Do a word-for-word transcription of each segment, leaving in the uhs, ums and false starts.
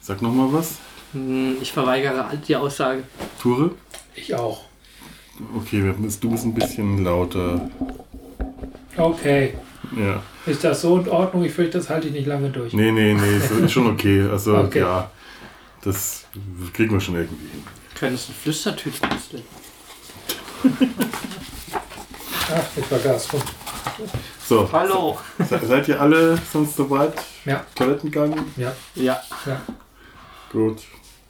Sag nochmal was. Ich verweigere die Aussage. Ture? Ich auch. Okay, du bist ein bisschen lauter. Okay. Ja. Ist das so in Ordnung? Ich fürchte, das halte ich nicht lange durch. Nee, nee, nee, ist schon okay. Also, okay. ja, das kriegen wir schon irgendwie hin. Könntest du Flüstertüte basteln? Ach, jetzt war Gas rum. So. Hallo. Se, seid ihr alle sonst soweit? Ja. Toilettengang? Ja. Ja. ja. Gut.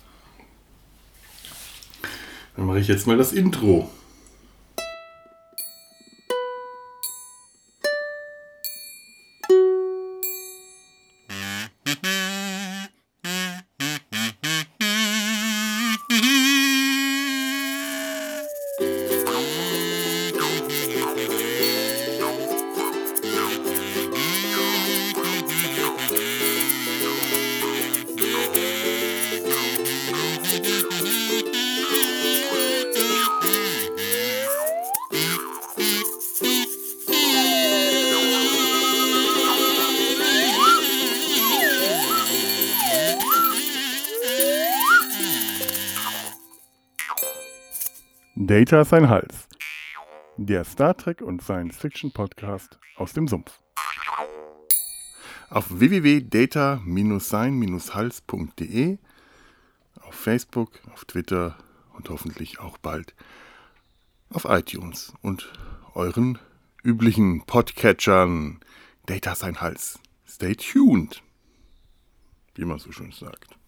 Dann mache ich jetzt mal das Intro. Data sein Hals. Der Star Trek und Science Fiction Podcast aus dem Sumpf. Auf w w w punkt data sein hals punkt de, auf Facebook, auf Twitter und hoffentlich auch bald auf iTunes und euren üblichen Podcatchern. Data sein Hals. Stay tuned, wie man so schön sagt.